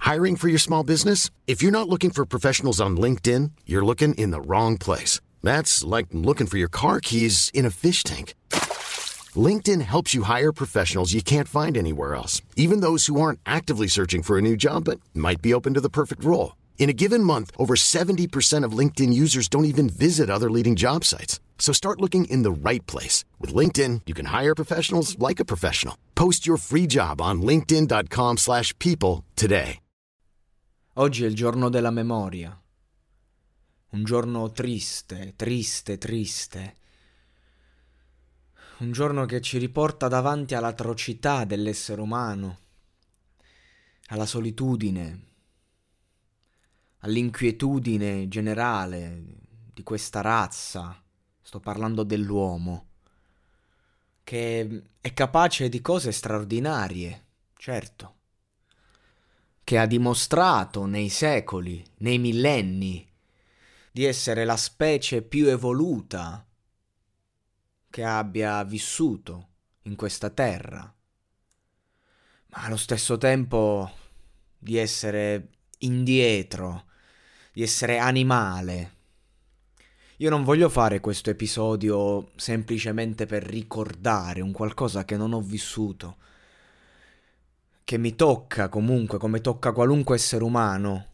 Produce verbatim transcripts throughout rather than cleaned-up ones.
Hiring for your small business? If you're not looking for professionals on LinkedIn, you're looking in the wrong place. That's like looking for your car keys in a fish tank. LinkedIn helps you hire professionals you can't find anywhere else, even those who aren't actively searching for a new job but might be open to the perfect role. In a given month, over seventy percent of LinkedIn users don't even visit other leading job sites. So start looking in the right place. With LinkedIn, you can hire professionals like a professional. Post your free job on linkedin dot com slash people today. Oggi è il giorno della memoria. Un giorno triste, triste, triste. Un giorno che ci riporta davanti all'atrocità dell'essere umano, alla solitudine, all'inquietudine generale di questa razza, sto parlando dell'uomo, che è capace di cose straordinarie, certo, che ha dimostrato nei secoli, nei millenni, di essere la specie più evoluta che abbia vissuto in questa terra, ma allo stesso tempo di essere indietro, di essere animale. Io non voglio fare questo episodio semplicemente per ricordare un qualcosa che non ho vissuto, che mi tocca comunque, come tocca qualunque essere umano,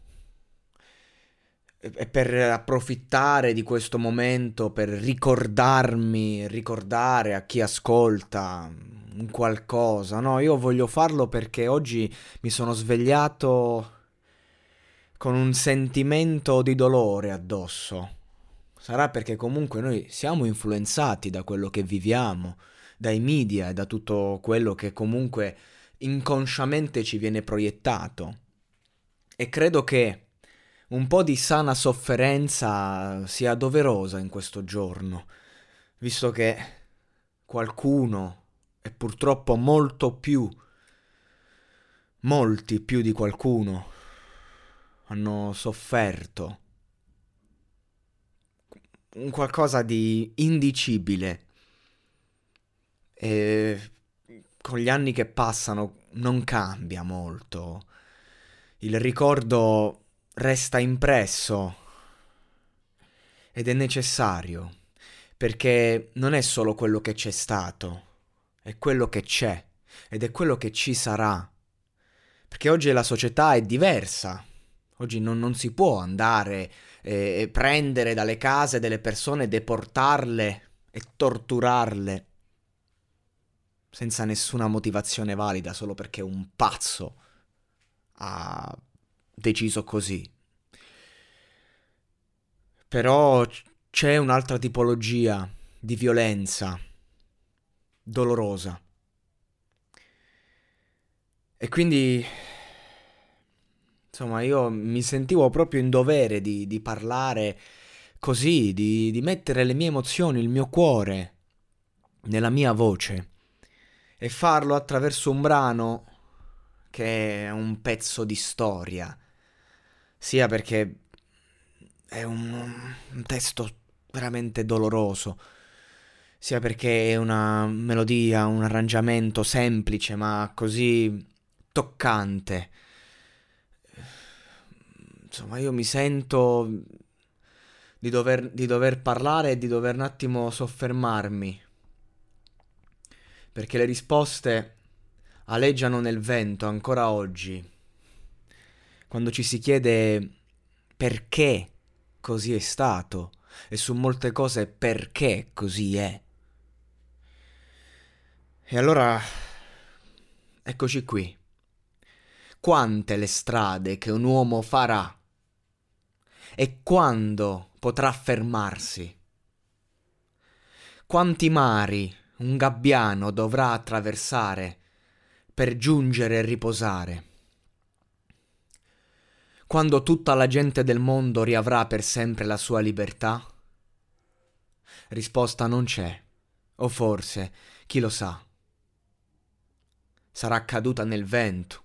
e per approfittare di questo momento, per ricordarmi, ricordare a chi ascolta un qualcosa. No, io voglio farlo perché oggi mi sono svegliato con un sentimento di dolore addosso. Sarà perché comunque noi siamo influenzati da quello che viviamo, dai media e da tutto quello che comunque inconsciamente ci viene proiettato. E credo che un po' di sana sofferenza sia doverosa in questo giorno, visto che qualcuno, e purtroppo molto più, molti più di qualcuno, hanno sofferto un qualcosa di indicibile e con gli anni che passano non cambia molto. Il ricordo resta impresso ed è necessario, perché non è solo quello che c'è stato, è quello che c'è ed è quello che ci sarà, perché oggi la società è diversa. Oggi non, non si può andare e prendere dalle case delle persone, deportarle e torturarle senza nessuna motivazione valida, solo perché un pazzo ha deciso così. Però c'è un'altra tipologia di violenza dolorosa. E quindi, insomma, io mi sentivo proprio in dovere di, di parlare così, di, di mettere le mie emozioni, il mio cuore nella mia voce e farlo attraverso un brano che è un pezzo di storia, sia perché è un, un testo veramente doloroso, sia perché è una melodia, un arrangiamento semplice ma così toccante. Insomma, io mi sento di dover, di dover parlare e di dover un attimo soffermarmi, perché le risposte aleggiano nel vento ancora oggi, quando ci si chiede perché così è stato e su molte cose perché così è. E allora eccoci qui. Quante le strade che un uomo farà e quando potrà fermarsi? Quanti mari un gabbiano dovrà attraversare per giungere e riposare? Quando tutta la gente del mondo riavrà per sempre la sua libertà? Risposta non c'è, o forse, chi lo sa, sarà caduta nel vento.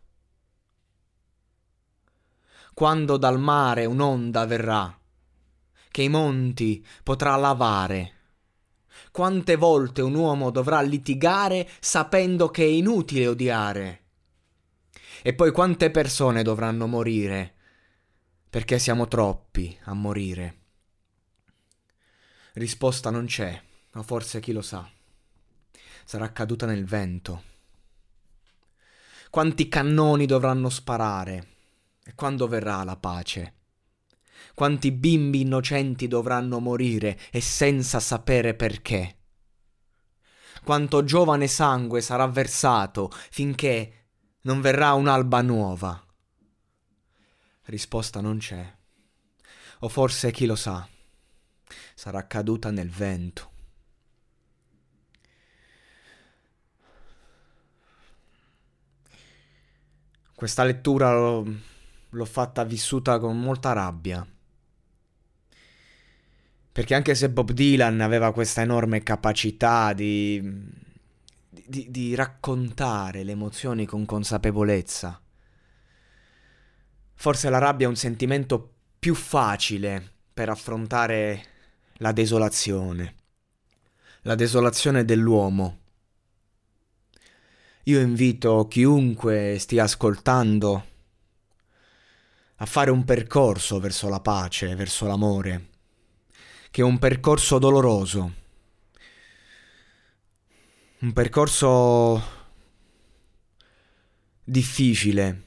Quando dal mare un'onda verrà, che i monti potrà lavare, quante volte un uomo dovrà litigare sapendo che è inutile odiare, E poi quante persone dovranno morire perché siamo troppi a morire? Risposta non c'è, o forse chi lo sa. Sarà caduta nel vento. Quanti cannoni dovranno sparare? E quando verrà la pace? Quanti bimbi innocenti dovranno morire e senza sapere perché? Quanto giovane sangue sarà versato finché non verrà un'alba nuova? Risposta non c'è. O forse chi lo sa, sarà caduta nel vento. Questa lettura l'ho, l'ho fatta vissuta con molta rabbia. Perché anche se Bob Dylan aveva questa enorme capacità di, di, di raccontare le emozioni con consapevolezza, forse la rabbia è un sentimento più facile per affrontare la desolazione, la desolazione dell'uomo. Io invito chiunque stia ascoltando a fare un percorso verso la pace, verso l'amore, che è un percorso doloroso, un percorso difficile,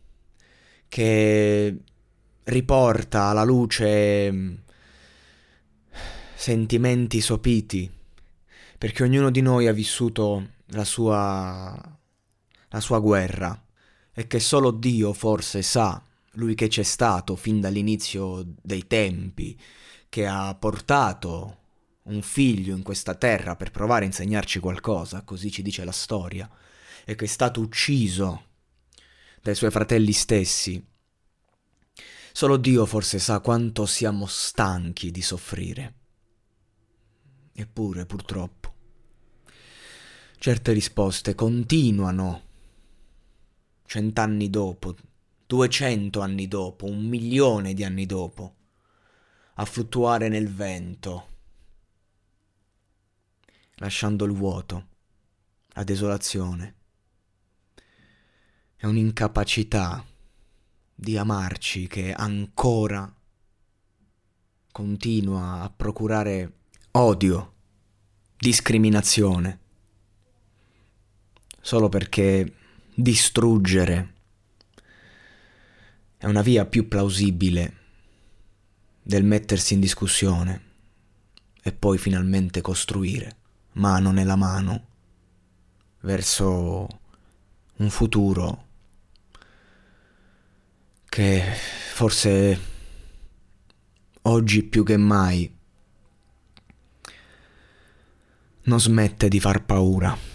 che riporta alla luce sentimenti sopiti, perché ognuno di noi ha vissuto la sua, la sua guerra, e che solo Dio forse sa, lui che c'è stato fin dall'inizio dei tempi, che ha portato un figlio in questa terra per provare a insegnarci qualcosa, così ci dice la storia, e che è stato ucciso dai suoi fratelli stessi. Solo Dio forse sa quanto siamo stanchi di soffrire. Eppure, purtroppo, certe risposte continuano cent'anni dopo, duecento anni dopo, un milione di anni dopo, a fluttuare nel vento, lasciando il vuoto, la desolazione e un'incapacità di amarci che ancora continua a procurare odio, discriminazione, solo perché distruggere è una via più plausibile del mettersi in discussione e poi finalmente costruire, mano nella mano, verso un futuro che forse oggi più che mai non smette di far paura.